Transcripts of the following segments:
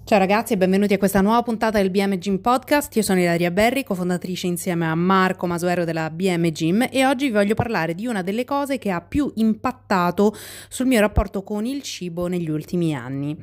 Ciao ragazzi e benvenuti a questa nuova puntata del BM Gym Podcast. Io sono Ilaria Berri, cofondatrice insieme a Marco Masuero della BM Gym, e oggi vi voglio parlare di una delle cose che ha più impattato sul mio rapporto con il cibo negli ultimi anni.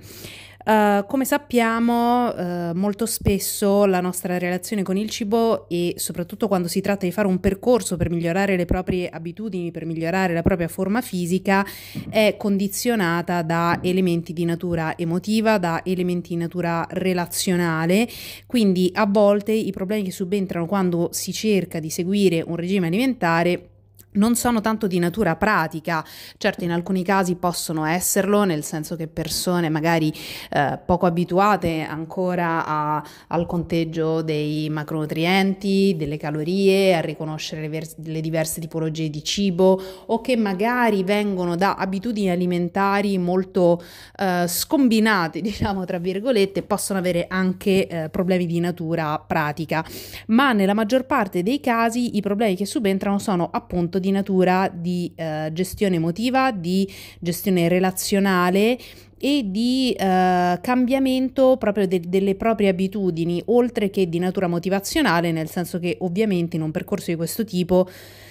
Come sappiamo, molto spesso la nostra relazione con il cibo, e soprattutto quando si tratta di fare un percorso per migliorare le proprie abitudini, per migliorare la propria forma fisica, è condizionata da elementi di natura emotiva, da elementi di natura relazionale. Quindi a volte i problemi che subentrano quando si cerca di seguire un regime alimentare non sono tanto di natura pratica. Certo, in alcuni casi possono esserlo, nel senso che persone magari poco abituate ancora al conteggio dei macronutrienti, delle calorie, a riconoscere le diverse tipologie di cibo, o che magari vengono da abitudini alimentari molto scombinate, diciamo tra virgolette, possono avere anche problemi di natura pratica. Ma nella maggior parte dei casi i problemi che subentrano sono appunto di natura di gestione emotiva, di gestione relazionale e di cambiamento proprio delle proprie abitudini, oltre che di natura motivazionale, nel senso che ovviamente in un percorso di questo tipo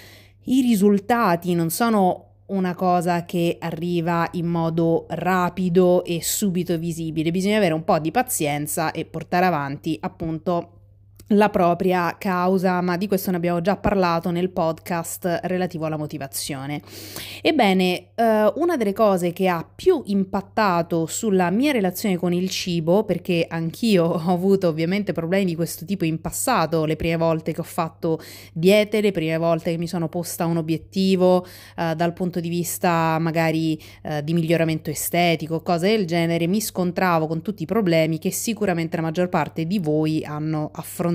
i risultati non sono una cosa che arriva in modo rapido e subito visibile. Bisogna avere un po' di pazienza e portare avanti appunto la propria causa, ma di questo ne abbiamo già parlato nel podcast relativo alla motivazione. Ebbene, una delle cose che ha più impattato sulla mia relazione con il cibo, perché anch'io ho avuto ovviamente problemi di questo tipo in passato, le prime volte che ho fatto diete, le prime volte che mi sono posta un obiettivo dal punto di vista magari di miglioramento estetico, cose del genere, mi scontravo con tutti i problemi che sicuramente la maggior parte di voi hanno affrontato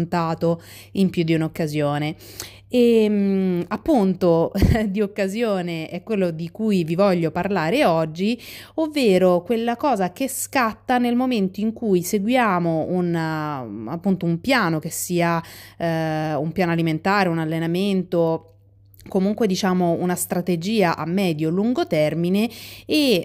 in più di un'occasione. E appunto di occasione è quello di cui vi voglio parlare oggi, ovvero quella cosa che scatta nel momento in cui seguiamo appunto un piano, che sia un piano alimentare, un allenamento, comunque diciamo una strategia a medio-lungo termine, e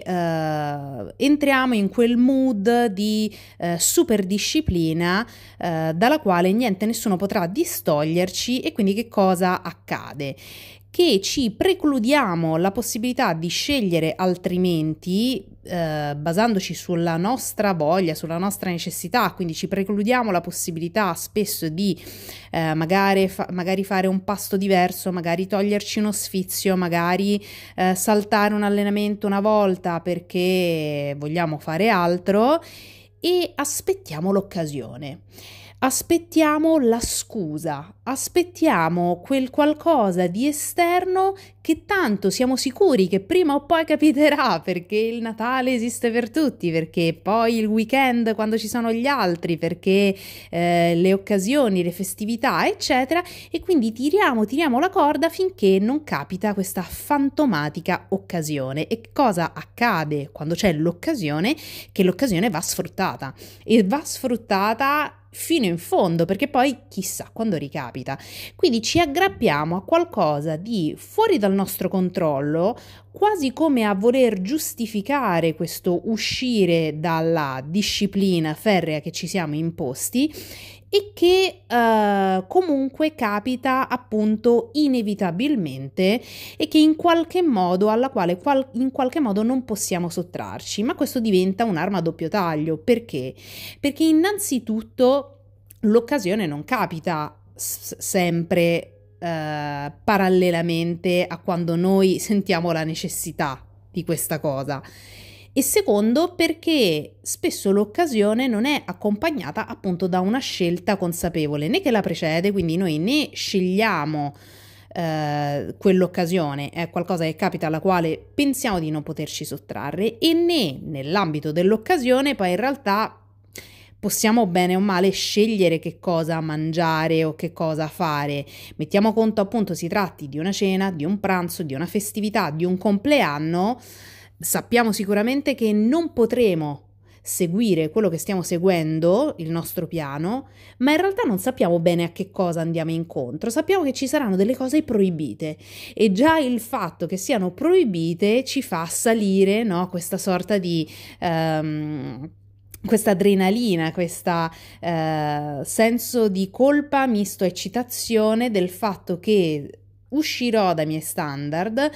entriamo in quel mood di super disciplina dalla quale niente, nessuno potrà distoglierci. E quindi che cosa accade? Che ci precludiamo la possibilità di scegliere altrimenti, basandoci sulla nostra voglia, sulla nostra necessità. Quindi ci precludiamo la possibilità spesso di magari fare un pasto diverso, magari toglierci uno sfizio, magari saltare un allenamento una volta perché vogliamo fare altro, e aspettiamo l'occasione. Aspettiamo la scusa, aspettiamo quel qualcosa di esterno che tanto siamo sicuri che prima o poi capiterà, perché il Natale esiste per tutti, perché poi il weekend quando ci sono gli altri, perché le occasioni, le festività, eccetera, e quindi tiriamo la corda finché non capita questa fantomatica occasione. E cosa accade quando c'è l'occasione? Che l'occasione va sfruttata, e va sfruttata fino in fondo, perché poi chissà quando ricapita. Quindi ci aggrappiamo a qualcosa di fuori dal nostro controllo, quasi come a voler giustificare questo uscire dalla disciplina ferrea che ci siamo imposti, e che comunque capita appunto inevitabilmente, e che in qualche modo alla quale in qualche modo non possiamo sottrarci. Ma questo diventa un'arma a doppio taglio. Perché? Perché innanzitutto l'occasione non capita sempre parallelamente a quando noi sentiamo la necessità di questa cosa. E secondo, perché spesso l'occasione non è accompagnata appunto da una scelta consapevole, né che la precede. Quindi noi né scegliamo quell'occasione, è qualcosa che capita alla quale pensiamo di non poterci sottrarre, e né nell'ambito dell'occasione poi in realtà possiamo bene o male scegliere che cosa mangiare o che cosa fare. Mettiamo conto appunto si tratti di una cena, di un pranzo, di una festività, di un compleanno. Sappiamo sicuramente che non potremo seguire quello che stiamo seguendo, il nostro piano, ma in realtà non sappiamo bene a che cosa andiamo incontro. Sappiamo che ci saranno delle cose proibite, e già il fatto che siano proibite ci fa salire, no, questa sorta questa adrenalina, questo senso di colpa misto a eccitazione del fatto che uscirò dai miei standard,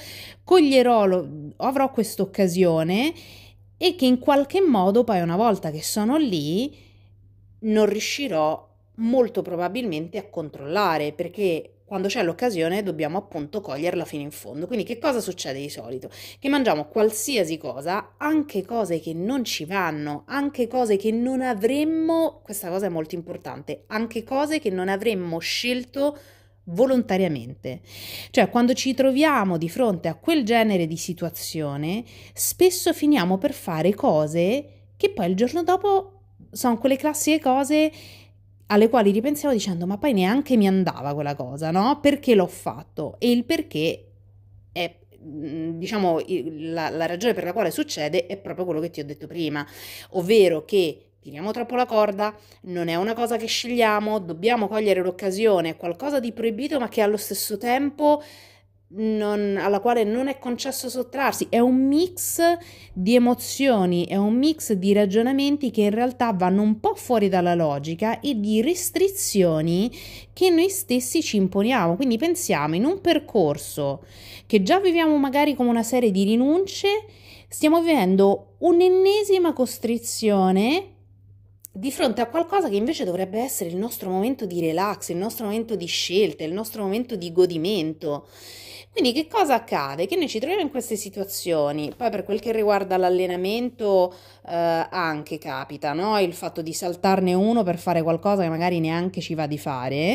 avrò questa occasione e che in qualche modo poi una volta che sono lì non riuscirò molto probabilmente a controllare, perché quando c'è l'occasione dobbiamo appunto coglierla fino in fondo. Quindi che cosa succede di solito? Che mangiamo qualsiasi cosa, anche cose che non ci vanno, anche cose che non avremmo, questa cosa è molto importante, anche cose che non avremmo scelto volontariamente. Cioè, quando ci troviamo di fronte a quel genere di situazione, spesso finiamo per fare cose che poi il giorno dopo sono quelle classiche cose alle quali ripensiamo dicendo ma poi neanche mi andava quella cosa, no? Perché l'ho fatto? E il perché è, diciamo, la ragione per la quale succede è proprio quello che ti ho detto prima, ovvero che tiriamo troppo la corda, non è una cosa che scegliamo, dobbiamo cogliere l'occasione, è qualcosa di proibito ma che allo stesso tempo alla quale non è concesso sottrarsi, è un mix di emozioni, è un mix di ragionamenti che in realtà vanno un po' fuori dalla logica e di restrizioni che noi stessi ci imponiamo. Quindi pensiamo in un percorso che già viviamo magari come una serie di rinunce, stiamo vivendo un'ennesima costrizione di fronte a qualcosa che invece dovrebbe essere il nostro momento di relax, il nostro momento di scelta, il nostro momento di godimento. Quindi che cosa accade? Che noi ci troviamo in queste situazioni, poi per quel che riguarda l'allenamento anche capita, no? Il fatto di saltarne uno per fare qualcosa che magari neanche ci va di fare,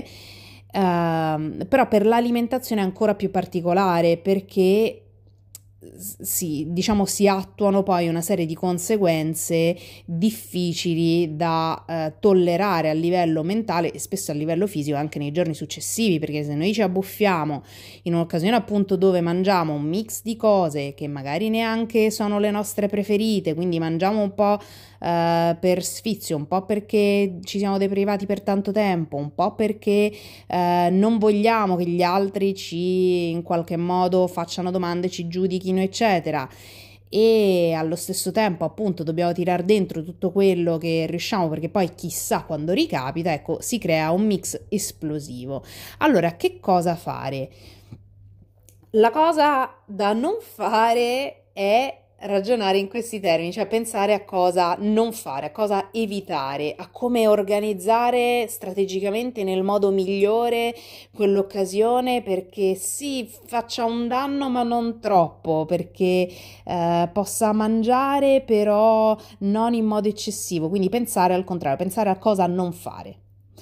però per l'alimentazione è ancora più particolare perché diciamo, si attuano poi una serie di conseguenze difficili da tollerare a livello mentale e spesso a livello fisico anche nei giorni successivi, perché se noi ci abbuffiamo in un'occasione appunto dove mangiamo un mix di cose che magari neanche sono le nostre preferite, quindi mangiamo un po' per sfizio, un po' perché ci siamo deprivati per tanto tempo, un po' perché non vogliamo che gli altri ci in qualche modo facciano domande, ci giudichino, eccetera. E allo stesso tempo appunto dobbiamo tirar dentro tutto quello che riusciamo perché poi chissà quando ricapita, ecco, si crea un mix esplosivo. Allora, che cosa fare? La cosa da non fare è ragionare in questi termini, cioè pensare a cosa non fare, a cosa evitare, a come organizzare strategicamente nel modo migliore quell'occasione perché sì, faccia un danno ma non troppo, perché possa mangiare però non in modo eccessivo, quindi pensare al contrario, pensare a cosa non fare.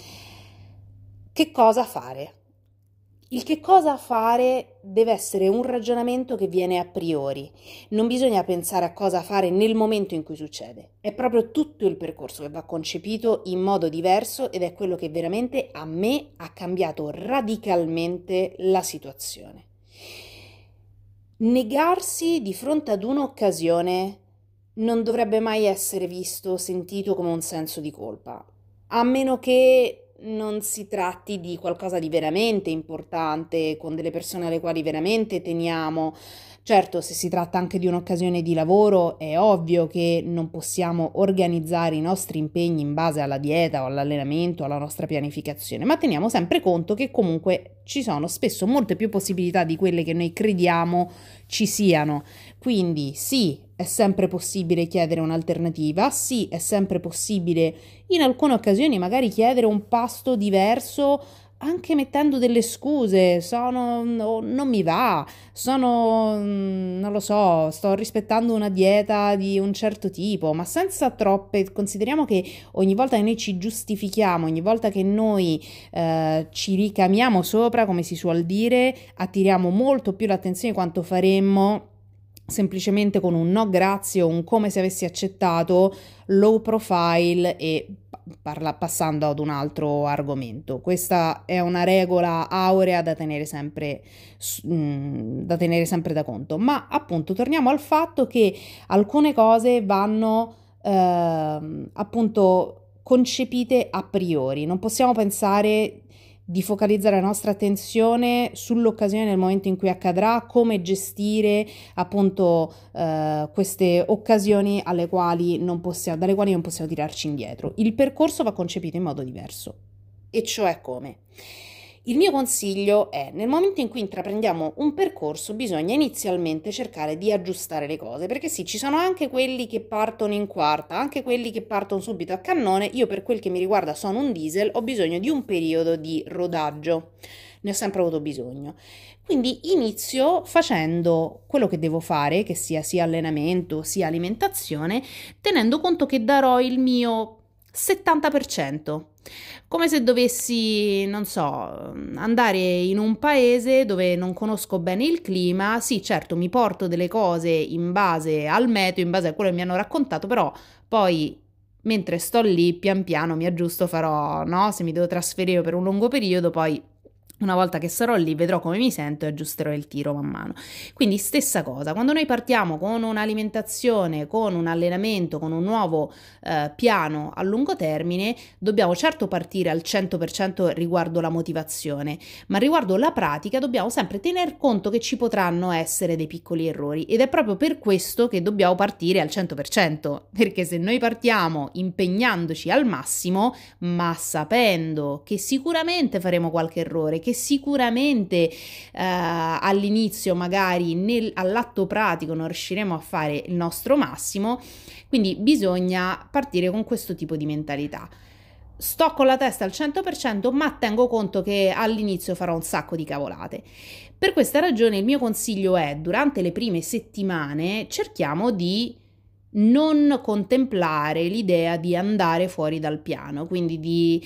Che cosa fare? Il che cosa fare deve essere un ragionamento che viene a priori. Non bisogna pensare a cosa fare nel momento in cui succede. È proprio tutto il percorso che va concepito in modo diverso ed è quello che veramente a me ha cambiato radicalmente la situazione. Negarsi di fronte ad un'occasione non dovrebbe mai essere visto o sentito come un senso di colpa, a meno che non si tratti di qualcosa di veramente importante, con delle persone alle quali veramente teniamo. Certo, se si tratta anche di un'occasione di lavoro, è ovvio che non possiamo organizzare i nostri impegni in base alla dieta o all'allenamento, alla nostra pianificazione, ma teniamo sempre conto che comunque ci sono spesso molte più possibilità di quelle che noi crediamo ci siano. Quindi sì, è sempre possibile chiedere un'alternativa, sì, è sempre possibile in alcune occasioni magari chiedere un pasto diverso anche mettendo delle scuse, non mi va, non lo so, sto rispettando una dieta di un certo tipo, ma senza troppe, consideriamo che ogni volta che noi ci giustifichiamo, ogni volta che noi ci ricamiamo sopra, come si suol dire, attiriamo molto più l'attenzione di quanto faremmo semplicemente con un no grazie o un come se avessi accettato low profile e passando ad un altro argomento. Questa è una regola aurea da tenere sempre da conto, ma appunto torniamo al fatto che alcune cose vanno appunto concepite a priori, non possiamo pensare di focalizzare la nostra attenzione sull'occasione nel momento in cui accadrà, come gestire appunto queste occasioni dalle quali non possiamo tirarci indietro. Il percorso va concepito in modo diverso, e cioè come? Il mio consiglio è, nel momento in cui intraprendiamo un percorso, bisogna inizialmente cercare di aggiustare le cose, perché sì, ci sono anche quelli che partono in quarta, anche quelli che partono subito a cannone. Io, per quel che mi riguarda, sono un diesel, ho bisogno di un periodo di rodaggio, ne ho sempre avuto bisogno. Quindi inizio facendo quello che devo fare, che sia allenamento sia alimentazione, tenendo conto che darò il mio 70%. Come se dovessi, non so, andare in un paese dove non conosco bene il clima. Sì, certo, mi porto delle cose in base al meteo, in base a quello che mi hanno raccontato, però poi mentre sto lì pian piano mi aggiusto, farò, no? Se mi devo trasferire per un lungo periodo, poi una volta che sarò lì vedrò come mi sento e aggiusterò il tiro man mano. Quindi stessa cosa, quando noi partiamo con un'alimentazione, con un allenamento, con un nuovo piano a lungo termine, dobbiamo certo partire al 100% riguardo la motivazione, ma riguardo la pratica dobbiamo sempre tener conto che ci potranno essere dei piccoli errori, ed è proprio per questo che dobbiamo partire al 100%, perché se noi partiamo impegnandoci al massimo, ma sapendo che sicuramente faremo qualche errore, che sicuramente all'inizio magari all'atto pratico non riusciremo a fare il nostro massimo, quindi bisogna partire con questo tipo di mentalità. Sto con la testa al 100%, ma tengo conto che all'inizio farò un sacco di cavolate. Per questa ragione il mio consiglio è: durante le prime settimane cerchiamo di non contemplare l'idea di andare fuori dal piano, quindi di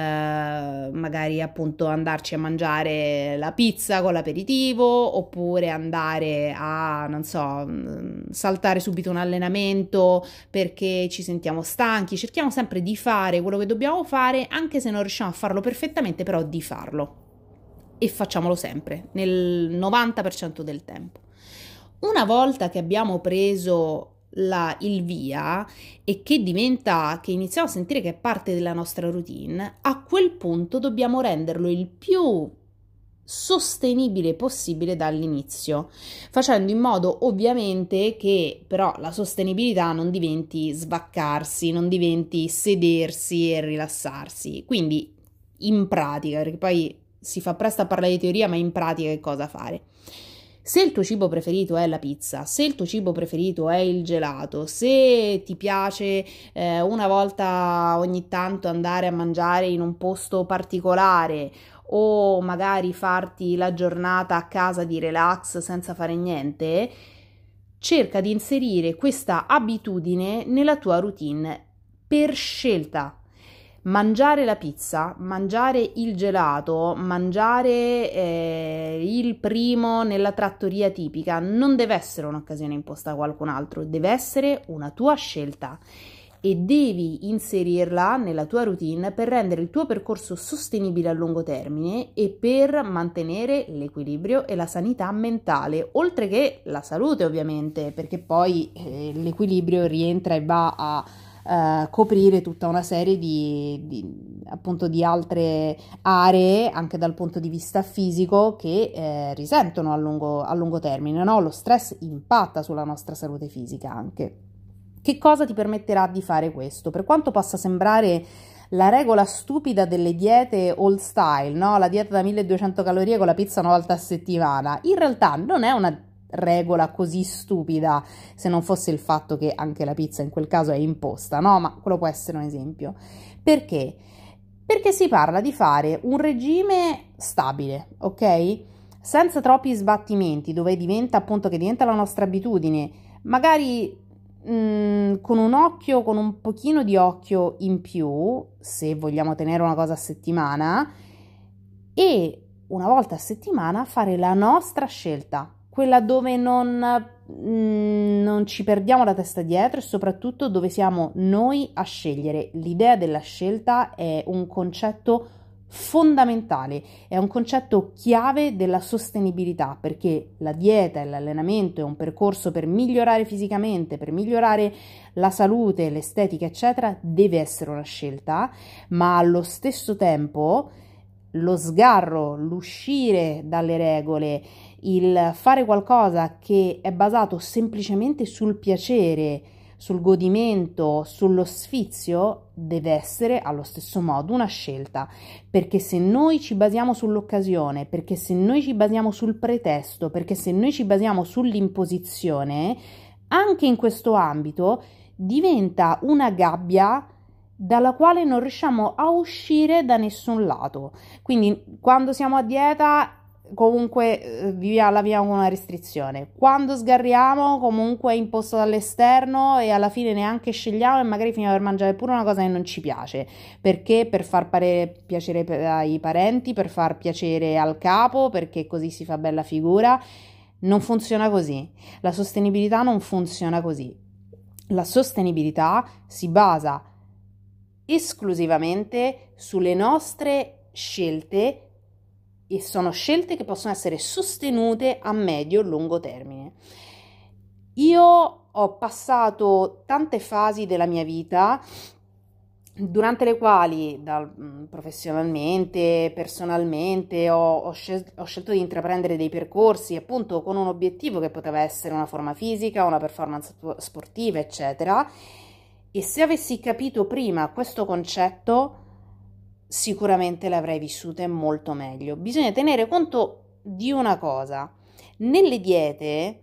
magari appunto andarci a mangiare la pizza con l'aperitivo, oppure andare a, non so, saltare subito un allenamento perché ci sentiamo stanchi. Cerchiamo sempre di fare quello che dobbiamo fare, anche se non riusciamo a farlo perfettamente, però di farlo, e facciamolo sempre nel 90% del tempo. Una volta che abbiamo preso il via e che iniziamo a sentire che è parte della nostra routine, a quel punto dobbiamo renderlo il più sostenibile possibile dall'inizio, facendo in modo ovviamente che però la sostenibilità non diventi svaccarsi, non diventi sedersi e rilassarsi. Quindi in pratica, perché poi si fa presto a parlare di teoria, ma in pratica che cosa fare? Se il tuo cibo preferito è la pizza, se il tuo cibo preferito è il gelato, se ti piace una volta ogni tanto andare a mangiare in un posto particolare, o magari farti la giornata a casa di relax senza fare niente, cerca di inserire questa abitudine nella tua routine per scelta. Mangiare la pizza, mangiare il gelato, mangiare il primo nella trattoria tipica non deve essere un'occasione imposta da qualcun altro, deve essere una tua scelta, e devi inserirla nella tua routine per rendere il tuo percorso sostenibile a lungo termine e per mantenere l'equilibrio e la sanità mentale, oltre che la salute ovviamente, perché poi l'equilibrio rientra e va a coprire tutta una serie appunto di altre aree, anche dal punto di vista fisico, che risentono a lungo termine, no? Lo stress impatta sulla nostra salute fisica anche. Che cosa ti permetterà di fare questo? Per quanto possa sembrare la regola stupida delle diete old style, no? La dieta da 1200 calorie con la pizza una volta a settimana, in realtà non è una regola così stupida, se non fosse il fatto che anche la pizza in quel caso è imposta, no? Ma quello può essere un esempio. Perché? Perché si parla di fare un regime stabile, ok? Senza troppi sbattimenti, dove diventa la nostra abitudine, magari con un pochino di occhio in più, se vogliamo tenere una cosa a settimana, e una volta a settimana fare la nostra scelta, quella dove non ci perdiamo la testa dietro, e soprattutto dove siamo noi a scegliere. L'idea della scelta è un concetto fondamentale, è un concetto chiave della sostenibilità, perché la dieta e l'allenamento è un percorso per migliorare fisicamente, per migliorare la salute, l'estetica eccetera, deve essere una scelta, ma allo stesso tempo lo sgarro, l'uscire dalle regole, il fare qualcosa che è basato semplicemente sul piacere, sul godimento, sullo sfizio, deve essere allo stesso modo una scelta, perché se noi ci basiamo sull'occasione, perché se noi ci basiamo sul pretesto, perché se noi ci basiamo sull'imposizione, anche in questo ambito diventa una gabbia dalla quale non riusciamo a uscire da nessun lato. Quindi quando siamo a dieta comunque la viviamo con una restrizione, quando sgarriamo comunque è imposto dall'esterno e alla fine neanche scegliamo e magari finiamo per mangiare pure una cosa che non ci piace, perché per far piacere ai parenti, per far piacere al capo, perché così si fa bella figura. Non funziona così, la sostenibilità non funziona così. La sostenibilità si basa esclusivamente sulle nostre scelte e sono scelte che possono essere sostenute a medio-lungo termine. Io ho passato tante fasi della mia vita durante le quali professionalmente, personalmente ho scelto di intraprendere dei percorsi appunto con un obiettivo che poteva essere una forma fisica, una performance sportiva, eccetera. E se avessi capito prima questo concetto, sicuramente le avrei vissute molto meglio. Bisogna tenere conto di una cosa: nelle diete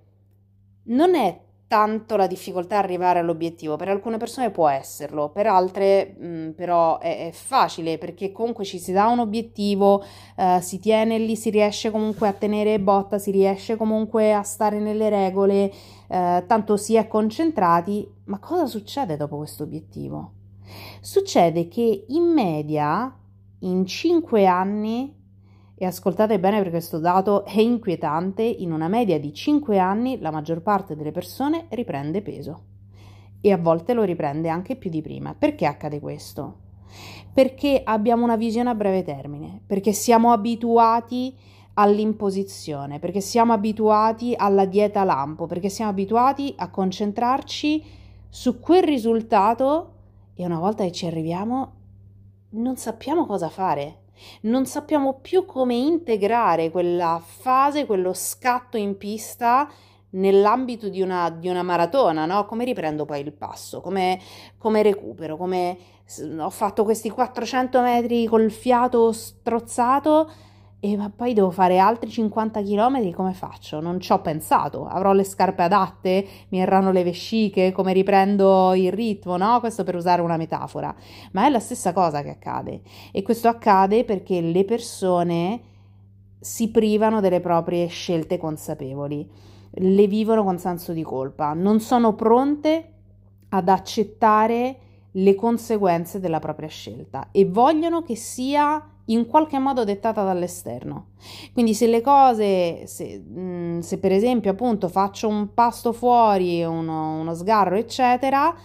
non è tanto la difficoltà arrivare all'obiettivo, per alcune persone può esserlo, per altre però è facile, perché comunque ci si dà un obiettivo, si tiene lì, si riesce comunque a tenere botta, si riesce comunque a stare nelle regole, tanto si è concentrati. Ma cosa succede dopo questo obiettivo? Succede che in media in 5 anni, e ascoltate bene perché questo dato è inquietante, in una media di 5 anni la maggior parte delle persone riprende peso e a volte lo riprende anche più di prima. Perché accade questo? Perché abbiamo una visione a breve termine, perché siamo abituati all'imposizione, perché siamo abituati alla dieta lampo, perché siamo abituati a concentrarci su quel risultato e una volta che ci arriviamo non sappiamo cosa fare. Non sappiamo più come integrare quella fase, quello scatto in pista nell'ambito di una maratona, no? Come riprendo poi il passo, come recupero, come ho fatto questi 400 metri col fiato strozzato ma poi devo fare altri 50 km, come faccio? Non ci ho pensato, avrò le scarpe adatte, mi errano le vesciche, come riprendo il ritmo, no? Questo per usare una metafora, ma è la stessa cosa che accade e questo accade perché le persone si privano delle proprie scelte consapevoli, le vivono con senso di colpa, non sono pronte ad accettare le conseguenze della propria scelta e vogliono che sia in qualche modo dettata dall'esterno. Quindi se le cose, se per esempio appunto faccio un pasto fuori, uno sgarro eccetera,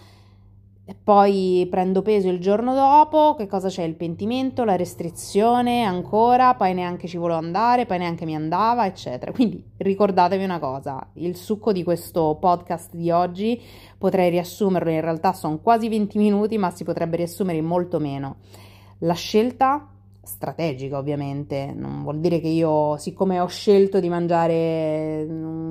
e poi prendo peso il giorno dopo, che cosa c'è? Il pentimento, la restrizione ancora, poi neanche ci volevo andare, poi neanche mi andava eccetera. Quindi ricordatevi una cosa: il succo di questo podcast di oggi potrei riassumerlo, in realtà sono quasi 20 minuti, ma si potrebbe riassumere in molto meno. La scelta strategica, ovviamente, non vuol dire che io, siccome ho scelto di mangiare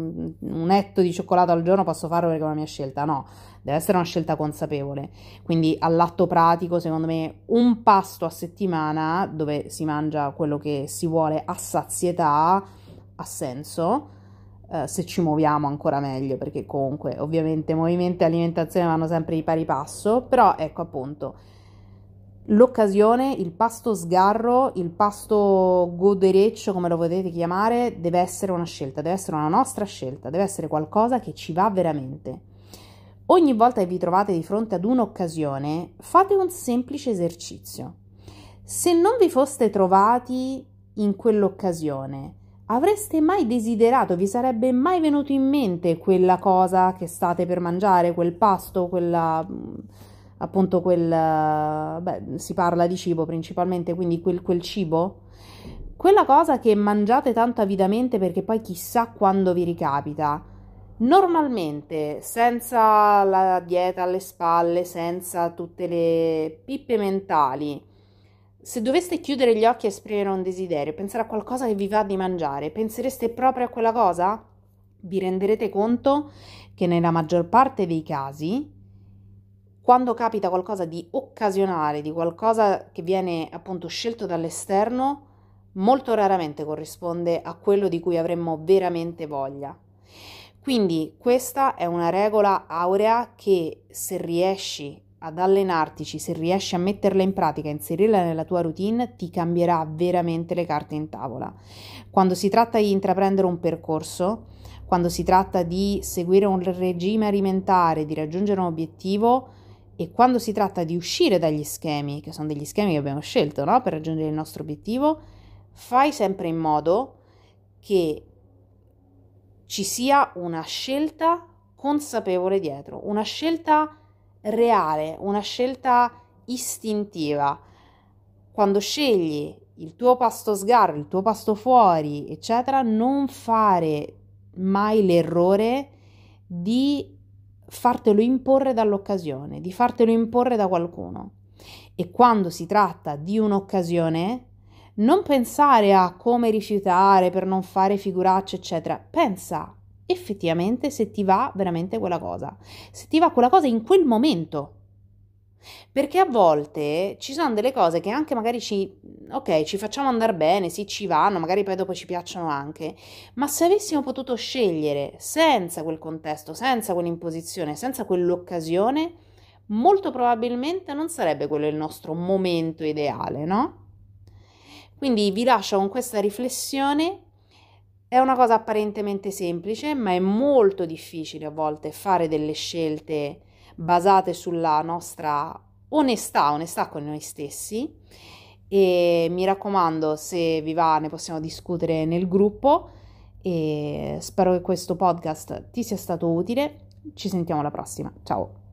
un etto di cioccolato al giorno, posso farlo perché è una mia scelta. No, deve essere una scelta consapevole. Quindi all'atto pratico, secondo me, un pasto a settimana dove si mangia quello che si vuole a sazietà ha senso. Se ci muoviamo ancora meglio, perché comunque ovviamente movimento e alimentazione vanno sempre di pari passo, però ecco appunto l'occasione, il pasto sgarro, il pasto godereccio, come lo potete chiamare, deve essere una scelta, deve essere una nostra scelta, deve essere qualcosa che ci va veramente. Ogni volta che vi trovate di fronte ad un'occasione, fate un semplice esercizio. Se non vi foste trovati in quell'occasione, avreste mai desiderato, vi sarebbe mai venuto in mente quella cosa che state per mangiare, quel pasto, si parla di cibo principalmente, quindi quel cibo, quella cosa che mangiate tanto avidamente perché poi chissà quando vi ricapita. Normalmente, senza la dieta alle spalle, senza tutte le pippe mentali, Se doveste chiudere gli occhi e esprimere un desiderio, pensare a qualcosa che vi va di mangiare, pensereste proprio a quella cosa? Vi renderete conto che nella maggior parte dei casi, quando capita qualcosa di occasionale, di qualcosa che viene appunto scelto dall'esterno, molto raramente corrisponde a quello di cui avremmo veramente voglia. Quindi questa è una regola aurea che, se riesci ad allenartici, se riesci a metterla in pratica, inserirla nella tua routine, ti cambierà veramente le carte in tavola. Quando si tratta di intraprendere un percorso, quando si tratta di seguire un regime alimentare, di raggiungere un obiettivo, e quando si tratta di uscire dagli schemi, che sono degli schemi che abbiamo scelto, no? Per raggiungere il nostro obiettivo, fai sempre in modo che ci sia una scelta consapevole dietro, una scelta reale, una scelta istintiva. Quando scegli il tuo pasto sgarro, il tuo pasto fuori, eccetera, non fare mai l'errore di fartelo imporre dall'occasione, di fartelo imporre da qualcuno. E quando si tratta di un'occasione, non pensare a come rifiutare per non fare figuracce, eccetera. Pensa effettivamente se ti va veramente quella cosa, se ti va quella cosa in quel momento. Perché a volte ci sono delle cose che anche magari ci facciamo andare bene, sì, ci vanno, magari poi dopo ci piacciono anche, ma se avessimo potuto scegliere senza quel contesto, senza quell'imposizione, senza quell'occasione, molto probabilmente non sarebbe quello il nostro momento ideale, no? Quindi vi lascio con questa riflessione. È una cosa apparentemente semplice, ma è molto difficile a volte fare delle scelte basate sulla nostra onestà con noi stessi. E mi raccomando, se vi va, ne possiamo discutere nel gruppo. E spero che questo podcast ti sia stato utile. Ci sentiamo alla prossima. Ciao!